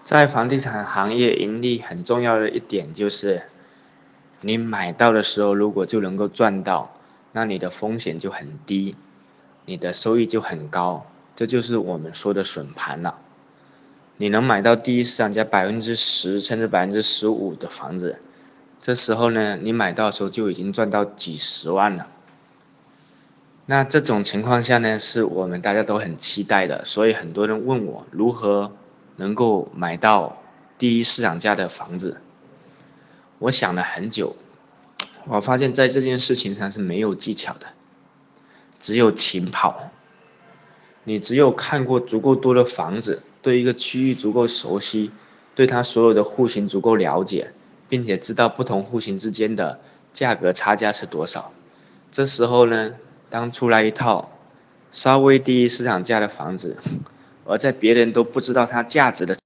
在房地产行业盈利很重要的一点就是，你买到的时候如果就能够赚到，那你的风险就很低，你的收益就很高，这就是我们说的笋盘了。你能买到第一市场价10%甚至15%的房子，这时候呢，你买到的时候就已经赚到几十万了。那这种情况下呢，是我们大家都很期待的，所以很多人问我如何能够买到第一市场价的房子。我想了很久，我发现在这件事情上是没有技巧的，只有勤跑。你只有看过足够多的房子，对一个区域足够熟悉，对它所有的户型足够了解，并且知道不同户型之间的价格差价是多少，这时候呢，当出来一套稍微低于市场价的房子，而在别人都不知道它价值的